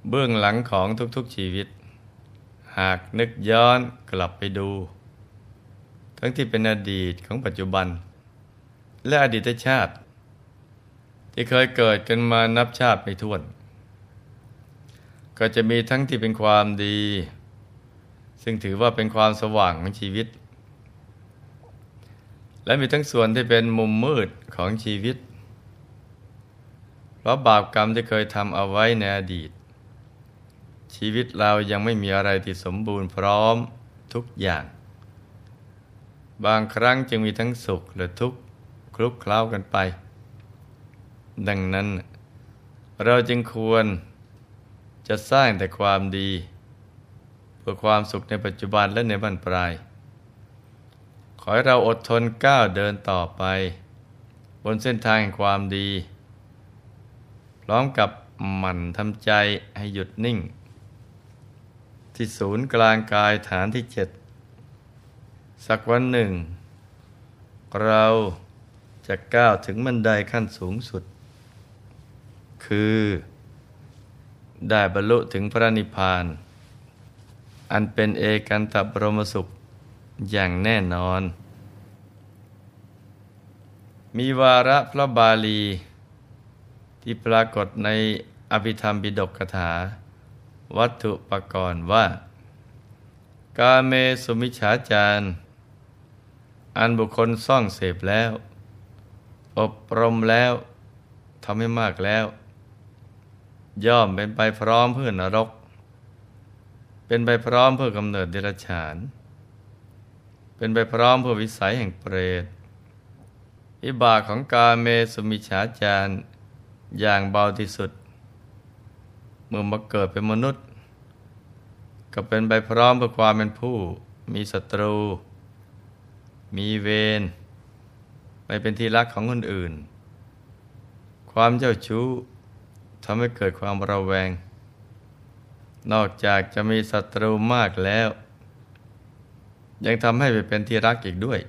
เบื้องหลังของทุกๆชีวิตหากนึกย้อนกลับไปดูทั้งที่เป็นอดีตของปัจจุบันและอดีตชาติที่เคยเกิดกันมานับชาติไม่ถ้วนก็จะมีทั้งที่เป็นความดีซึ่งถือว่าเป็นความสว่างของชีวิตและมีทั้งส่วนที่เป็นมุมมืดของชีวิตเพราะบาปกรรมที่เคยทำเอาไว้ในอดีตชีวิตเรายังไม่มีอะไรที่สมบูรณ์พร้อมทุกอย่างบางครั้งจึงมีทั้งสุขและทุกข์คลุกเคล้ากันไปดังนั้นเราจึงควรจะสร้างแต่ความดีเพื่อความสุขในปัจจุบันและในบั้นปลายขอให้เราอดทนก้าวเดินต่อไปบนเส้นทางแห่งความดีพร้อมกับหมั่นทำใจให้หยุดนิ่งที่ศูนย์กลางกายฐานที่7สักวันหนึ่งเราจะก้าวถึงบันไดขั้นสูงสุดคือได้บรรลุถึงพระนิพพานอันเป็นเอกันตบรมสุขอย่างแน่นอนมีวาระพระบาลีที่ปรากฏในอภิธรรมปิฎกกถาวัตถุปกรณ์ว่ากาเมสุมิจฉาจารอันบุคคลซ่องเสพแล้วอบรมแล้วทำให้มากแล้วย่อมเป็นไปพร้อมเพื่อนรกเป็นไปพร้อมเพื่อกำเนิดเดรัจฉานเป็นไปพร้อมเพื่อวิสัยแห่งเปรตวิบากของกาเมสุมิจฉาจารอย่างเบาที่สุดเมื่อมาเกิดเป็นมนุษย์ก็เป็นไปพร้อมเพื่อความเป็นผู้มีศัตรูมีเวรไม่เป็นที่รักของคนอื่นความเจ้าชู้ทำให้เกิดความระแวงนอกจากจะมีศัตรูมากแล้วยังทำให้ไปเป็นที่รักอีกด้วย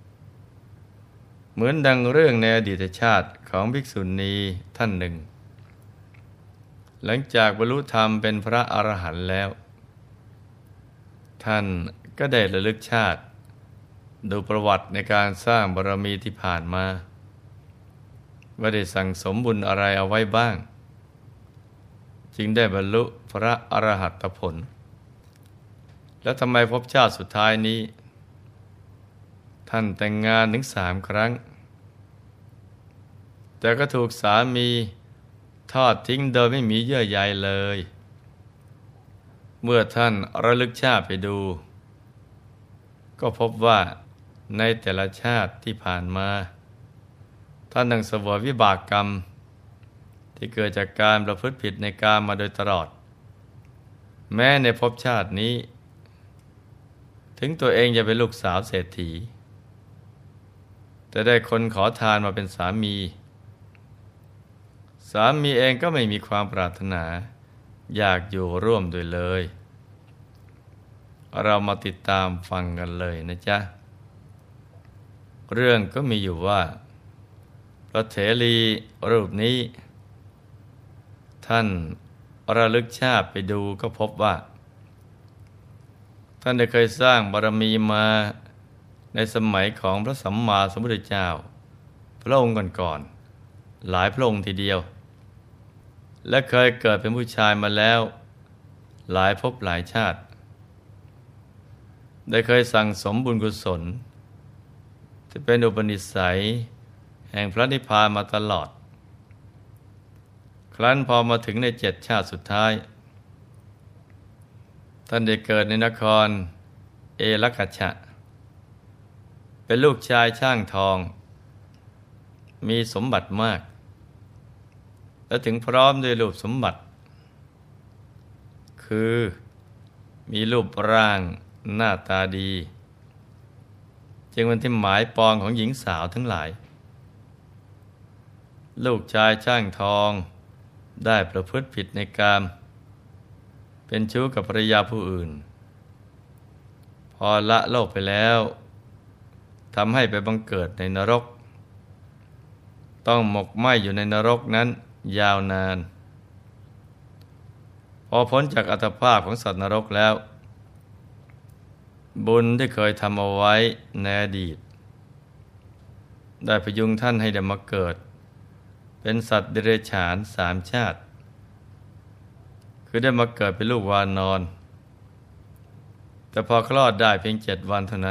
เหมือนดังเรื่องในอดีตชาติของภิกษุณีท่านหนึ่งหลังจากบรรลุธรรมเป็นพระอรหันต์แล้วท่านก็ได้ระลึกชาติดูประวัติในการสร้างบารมีที่ผ่านมาว่าได้สั่งสมบุญอะไรเอาไว้บ้างจึงได้บรรลุพระอรหัตผลแล้วทำไมภพชาติสุดท้ายนี้ท่านแต่งงานถึง3 ครั้งแต่ก็ถูกสามีทอดทิ้งโดยไม่มีเยื่อใยเลยเมื่อท่านระลึกชาติไปดูก็พบว่าในแต่ละชาติที่ผ่านมาท่านได้เสวยวิบากกรรมที่เกิดจากการประพฤติผิดในกามมาโดยตลอดแม้ในภพชาตินี้ถึงตัวเองจะเป็นลูกสาวเศรษฐีแต่ได้คนขอทานมาเป็นสามีเองก็ไม่มีความปรารถนาอยากอยู่ร่วมด้วยเลยเรามาติดตามฟังกันเลยนะจ๊ะเรื่องก็มีอยู่ว่าพระเถรีรูปนี้ท่านระลึกชาติไปดูก็พบว่าท่านได้เคยสร้างบารมีมาในสมัยของพระสัมมาสัมพุทธเจ้าพระองค์ก่อนๆหลายพระองค์ทีเดียวและเคยเกิดเป็นผู้ชายมาแล้วหลายภพหลายชาติได้เคยสั่งสมบุญกุศลที่เป็นอุปนิสัยแห่งพระนิพพานมาตลอดครั้นพอมาถึงใน7 ชาติสุดท้ายท่านได้เกิดในนครเอลกัชชะเป็นลูกชายช่างทองมีสมบัติมากและถึงพร้อมด้วยรูปสมบัติคือมีรูปร่างหน้าตาดีจึงเป็นที่หมายปองของหญิงสาวทั้งหลายลูกชายช่างทองได้ประพฤติผิดในกามเป็นชู้กับภรรยาผู้อื่นพอละโลกไปแล้วทำให้ไปบังเกิดในนรกต้องหมกไหม้อยู่ในนรกนั้นยาวนานพอพ้นจากอัตภาพของสัตว์นรกแล้วบุญที่เคยทำเอาไว้ในอดีตได้พยุงท่านให้ได้มาเกิดเป็นสัตว์เดรัจฉาน3 ชาติคือได้มาเกิดเป็นลูกวานอนแต่พอคลอดได้เพียง7 วันเท่านั้น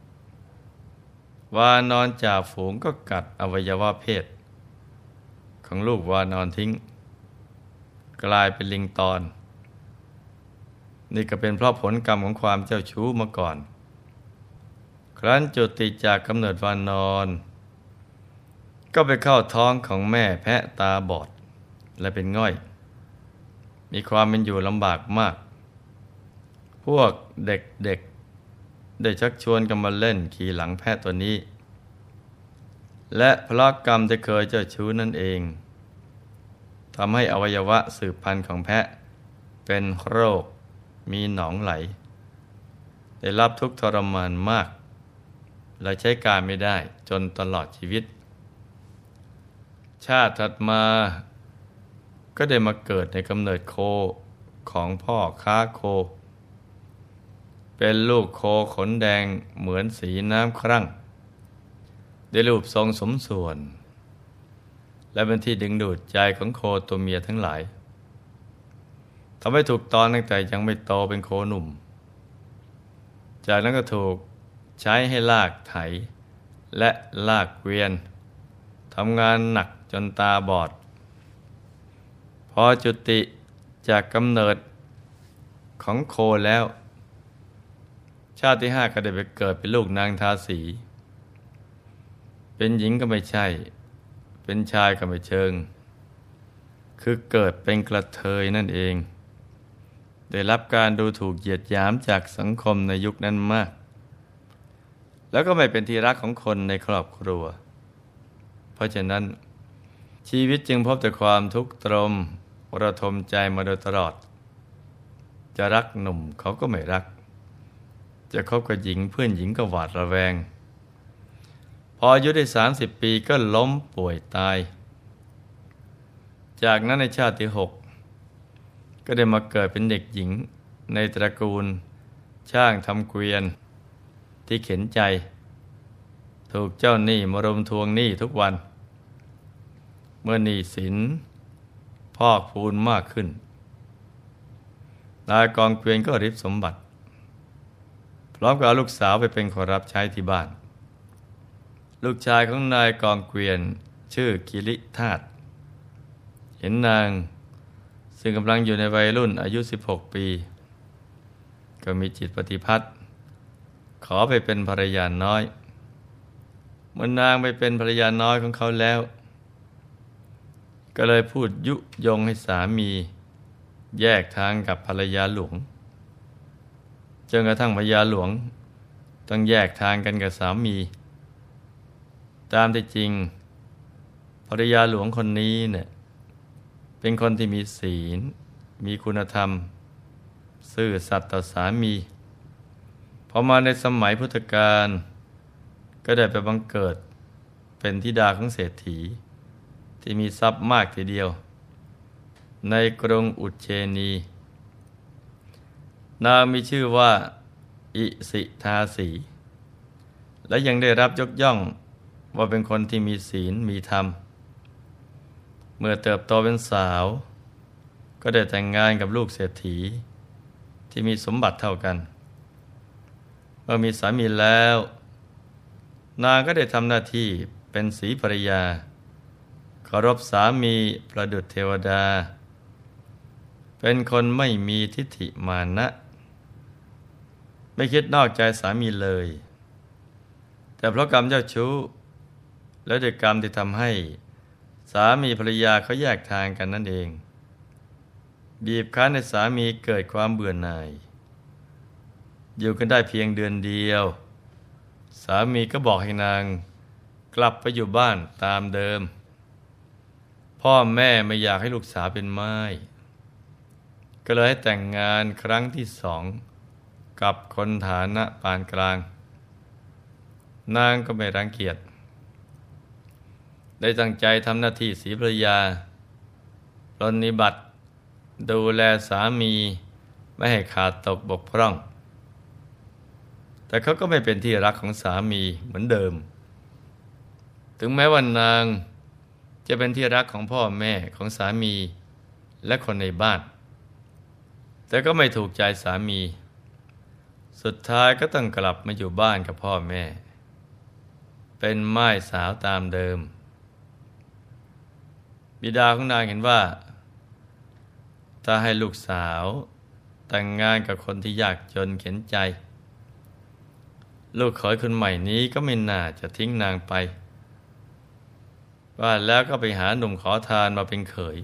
วานอนจ่าฝูงก็กัดอวัยวะเพศของลูกวานอนทิ้งกลายเป็นลิงตอนนี่ก็เป็นเพราะผลกรรมของความเจ้าชู้มาก่อนครั้นจุติจากกำเนิดวานอนก็ไปเข้าท้องของแม่แพะตาบอดและเป็นง่อยมีความเป็นอยู่ลำบากมากพวกเด็กๆได้ชักชวนกันมาเล่นขี่หลังแพะตัวนี้และเพราะกรรมที่เคยเจ้าชู้นั่นเองทำให้อวัยวะสืบพันธุ์ของแพะเป็นโรคมีหนองไหลได้รับทุกข์ทรมานมากและใช้การไม่ได้จนตลอดชีวิตชาติถัดมาก็ได้มาเกิดในกำเนิดโคของพ่อค้าโคเป็นลูกโคขนแดงเหมือนสีน้ำครั่งได้รูปทรงสมส่วนและเป็นที่ดึงดูดใจของโคตัวเมียทั้งหลายทำให้ถูกตอนตั้งแต่ยังไม่โตเป็นโคหนุ่มจากนั้นก็ถูกใช้ให้ลากไถและลากเกวียนทำงานหนักจนตาบอดพอจุติจากกำเนิดของโคแล้วชาติที่ 5ก็ได้ไปเกิดเป็นลูกนางทาสีเป็นหญิงก็ไม่ใช่เป็นชายก็ไม่เชิงคือเกิดเป็นกระเทยนั่นเองได้รับการดูถูกเหยียดหยามจากสังคมในยุคนั้นมากแล้วก็ไม่เป็นที่รักของคนในครอบครัวเพราะฉะนั้นชีวิตจึงพบแต่ความทุกข์ตรมระทมใจมาโดยตลอดจะรักหนุ่มเขาก็ไม่รักจะคบกับหญิงเพื่อนหญิงก็หวาดระแวงพออายุได้30 ปีก็ล้มป่วยตายจากนั้นในชาติที่ 6ก็ได้มาเกิดเป็นเด็กหญิงในตระกูลช่างทำเกวียนที่เข็นใจถูกเจ้าหนี้มารุมทวงหนี้ทุกวันเมื่อหนี้สินพอกพูนมากขึ้นนายกองเกวียนก็ริบสมบัติพร้อมกับเอาลูกสาวไปเป็นคนรับใช้ที่บ้านลูกชายของนายกองเกวียนชื่อกิริธาตุเห็นนางซึ่งกำลังอยู่ในวัยรุ่นอายุ16 ปีก็มีจิตปฏิพัทธ์ขอไปเป็นภรรยาน้อยเมื่อนางไปเป็นภรรยาน้อยของเขาแล้วก็เลยพูดยุยงให้สามีแยกทางกับภรรยาหลวงจนกระทั่งภรรยาหลวงต้องแยกทางกันกับสามีตามที่จริงภรรยาหลวงคนนี้เนี่ยเป็นคนที่มีศีลมีคุณธรรมซื่อสัตย์ต่อสามีพอมาในสมัยพุทธกาลก็ได้ไปบังเกิดเป็นธิดาของเศรษฐีที่มีทรัพย์มากทีเดียวในกรุงอุเชนีนางมีชื่อว่าอิสิทาสีและยังได้รับยกย่องว่าเป็นคนที่มีศีลมีธรรมเมื่อเติบโตเป็นสาวก็ได้แต่งงานกับลูกเศรษฐีที่มีสมบัติเท่ากันเมื่อมีสามีแล้วนางก็ได้ทำหน้าที่เป็นศรีภริยาเคารพสามีประดุจเทวดาเป็นคนไม่มีทิฏฐิมานะไม่คิดนอกใจสามีเลยแต่เพราะกรรมเจ้าชู้และด้วยกรรมที่ทำให้สามีภรรยาเขาแยกทางกันนั่นเองบีบคั้นให้สามีเกิดความเบื่อหน่ายอยู่กันได้เพียงเดือนเดียวสามีก็บอกให้นางกลับไปอยู่บ้านตามเดิมพ่อแม่ไม่อยากให้ลูกสาวเป็นม่ายก็เลยให้แต่งงานครั้งที่ 2กับคนฐานะปานกลางนางก็ไม่รังเกียจได้ตั้งใจทำหน้าที่ศรีภรรยาปรนนิบัติดูแลสามีไม่ให้ขาดตกบกพร่องแต่เขาก็ไม่เป็นที่รักของสามีเหมือนเดิมถึงแม้ว่านางจะเป็นที่รักของพ่อแม่ของสามีและคนในบ้านแต่ก็ไม่ถูกใจสามีสุดท้ายก็ต้องกลับมาอยู่บ้านกับพ่อแม่เป็นม่ายสาวตามเดิมบิดาของนางเห็นว่าถ้าให้ลูกสาวแต่งงานกับคนที่ยากจนเข็ญใจลูกเขยคนใหม่นี้ก็ไม่น่าจะทิ้งนางไปว่าแล้วก็ไปหาหนุ่มขอทานมาเป็นเขย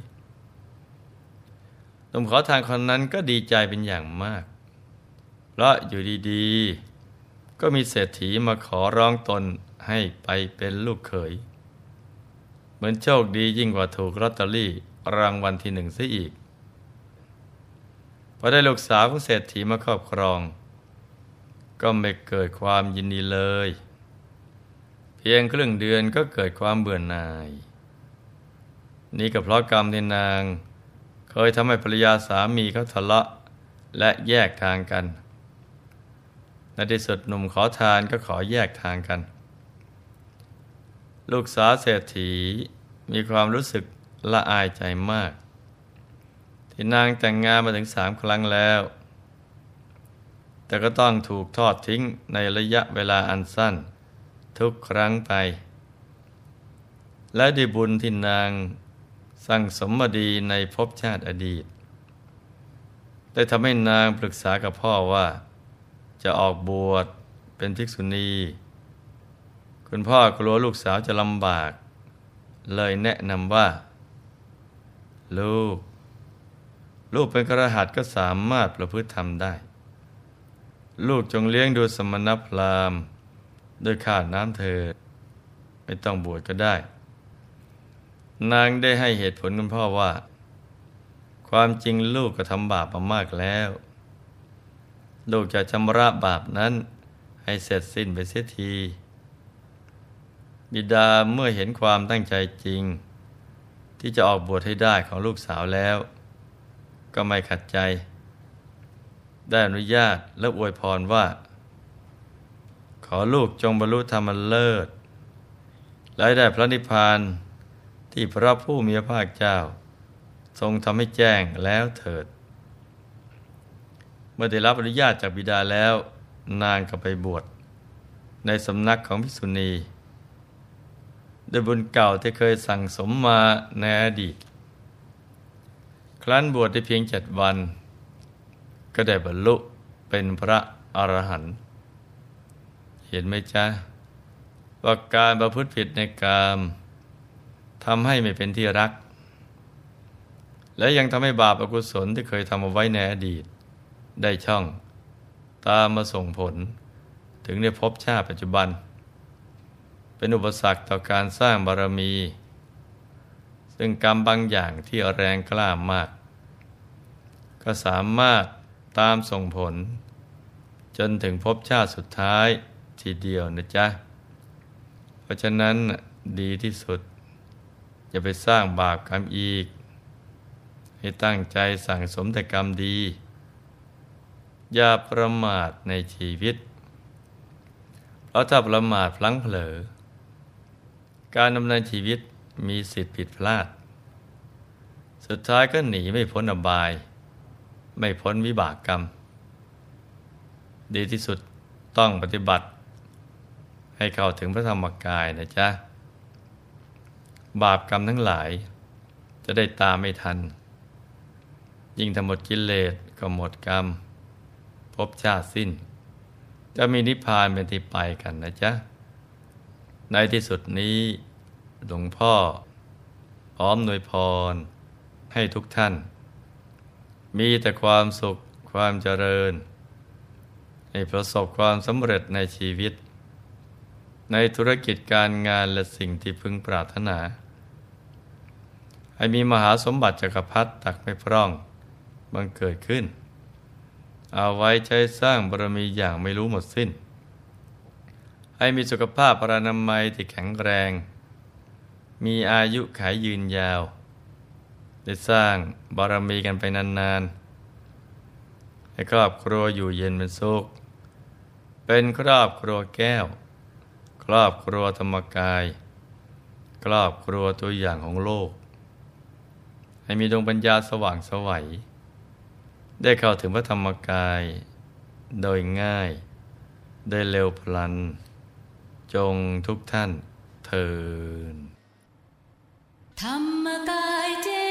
หนุ่มขอทานคนนั้นก็ดีใจเป็นอย่างมากเพราะอยู่ดีๆก็มีเศรษฐีมาขอร้องตนให้ไปเป็นลูกเขยเหมือนโชคดียิ่งกว่าถูกลอตเตอรี่รางวัลที่1ซะอีกพอได้ลูกสาวของเศรษฐีมาครอบครองก็ไม่เกิดความยินดีเลยเพียงครึ่งเดือนก็เกิดความเบื่อหน่ายนี่ก็เพราะกรรมที่นางเคยทำให้ภรรยาสามีเขาทะเลาะและแยกทางกันในที่สุดหนุ่มขอทานก็ขอแยกทางกันลูกสาวเศรษฐีมีความรู้สึกละอายใจมากที่นางแต่งงานมาถึง3 ครั้งแล้วแต่ก็ต้องถูกทอดทิ้งในระยะเวลาอันสั้นทุกครั้งไปและด้วยบุญที่นางสั่งสมมาดีในภพชาติอดีตได้ทำให้นางปรึกษากับพ่อว่าจะออกบวชเป็นภิกษุณีคุณพ่อกลัวลูกสาวจะลำบากเลยแนะนำว่าลูกเป็นคฤหัสถ์ก็สามารถประพฤติธรรมได้ลูกจงเลี้ยงดูสมณพราหมณ์ด้วยข้าวน้ำเถิดไม่ต้องบวชก็ได้นางได้ให้เหตุผลคุณพ่อว่าความจริงลูกก็ทำบาปมามากแล้วลูกจะชำระบาปนั้นให้เสร็จสิ้นไปเสียทีบิดาเมื่อเห็นความตั้งใจจริงที่จะออกบวชให้ได้ของลูกสาวแล้วก็ไม่ขัดใจได้อนุญาตและอวยพรว่าขอลูกจงบรรลุธรรมเลิศและได้พระนิพพานที่พระผู้มีพระภาคเจ้าทรงทำให้แจ้งแล้วเถิดเมื่อได้รับอนุญาตจากบิดาแล้วนางก็ไปบวชในสำนักของภิกษุณีด้วยบุญเก่าที่เคยสั่งสมมาในอดีตครั้นบวชได้เพียง7 วันก็ได้บรรลุเป็นพระอรหันต์เห็นไหมจ๊ะว่าการประพฤติผิดในกามทำให้ไม่เป็นที่รักและยังทำให้บาปอกุศลที่เคยทำเอาไว้ในอดีตได้ช่องตามมาส่งผลถึงในภพชาติปัจจุบันเป็นอุปสรรคต่อการสร้างบารมีซึ่งกรรมบางอย่างที่แรงกล้ามากก็สามารถตามส่งผลจนถึงภพชาติสุดท้ายทีเดียวนะจ๊ะเพราะฉะนั้นดีที่สุดอย่าไปสร้างบาปกรรมอีกให้ตั้งใจสั่งสมแต่กรรมดีอย่าประมาทในชีวิตเพราะถ้าประมาทพลั้งเผลอการดำเนินชีวิตมีสิทธิ์ผิดพลาดสุดท้ายก็หนีไม่พ้นอบายไม่พ้นวิบากกรรมดีที่สุดต้องปฏิบัติให้เข้าถึงพระธรรมกายนะจ๊ะบาปกรรมทั้งหลายจะได้ตามไม่ทันยิ่งทำหมดกิเลสก็หมดกรรมภพชาติสิ้นจะมีนิพพานเป็นที่ไปกันนะจ๊ะในที่สุดนี้หลวงพ่อพร้อมอวยพรให้ทุกท่านมีแต่ความสุขความเจริญให้ประสบความสำเร็จในชีวิตในธุรกิจการงานและสิ่งที่พึงปรารถนาให้มีมหาสมบัติจักรพรรดิตักไม่พร่องบังเกิดขึ้นเอาไว้ใช้สร้างบารมีอย่างไม่รู้หมดสิ้นให้มีสุขภาพพรรณนามัยที่แข็งแรงมีอายุขัยยืนยาวได้สร้างบารมีกันไปนานๆให้ครอบครัวอยู่เย็นเป็นสุขเป็นครอบครัวแก้วครอบครัวธรรมกายครอบครัวตัวอย่างของโลกให้มีดวงปัญญาสว่างไสวได้เข้าถึงพระธรรมกายโดยง่ายโดยเร็วพลันจงทุกท่านเทอญธรรมกายเจ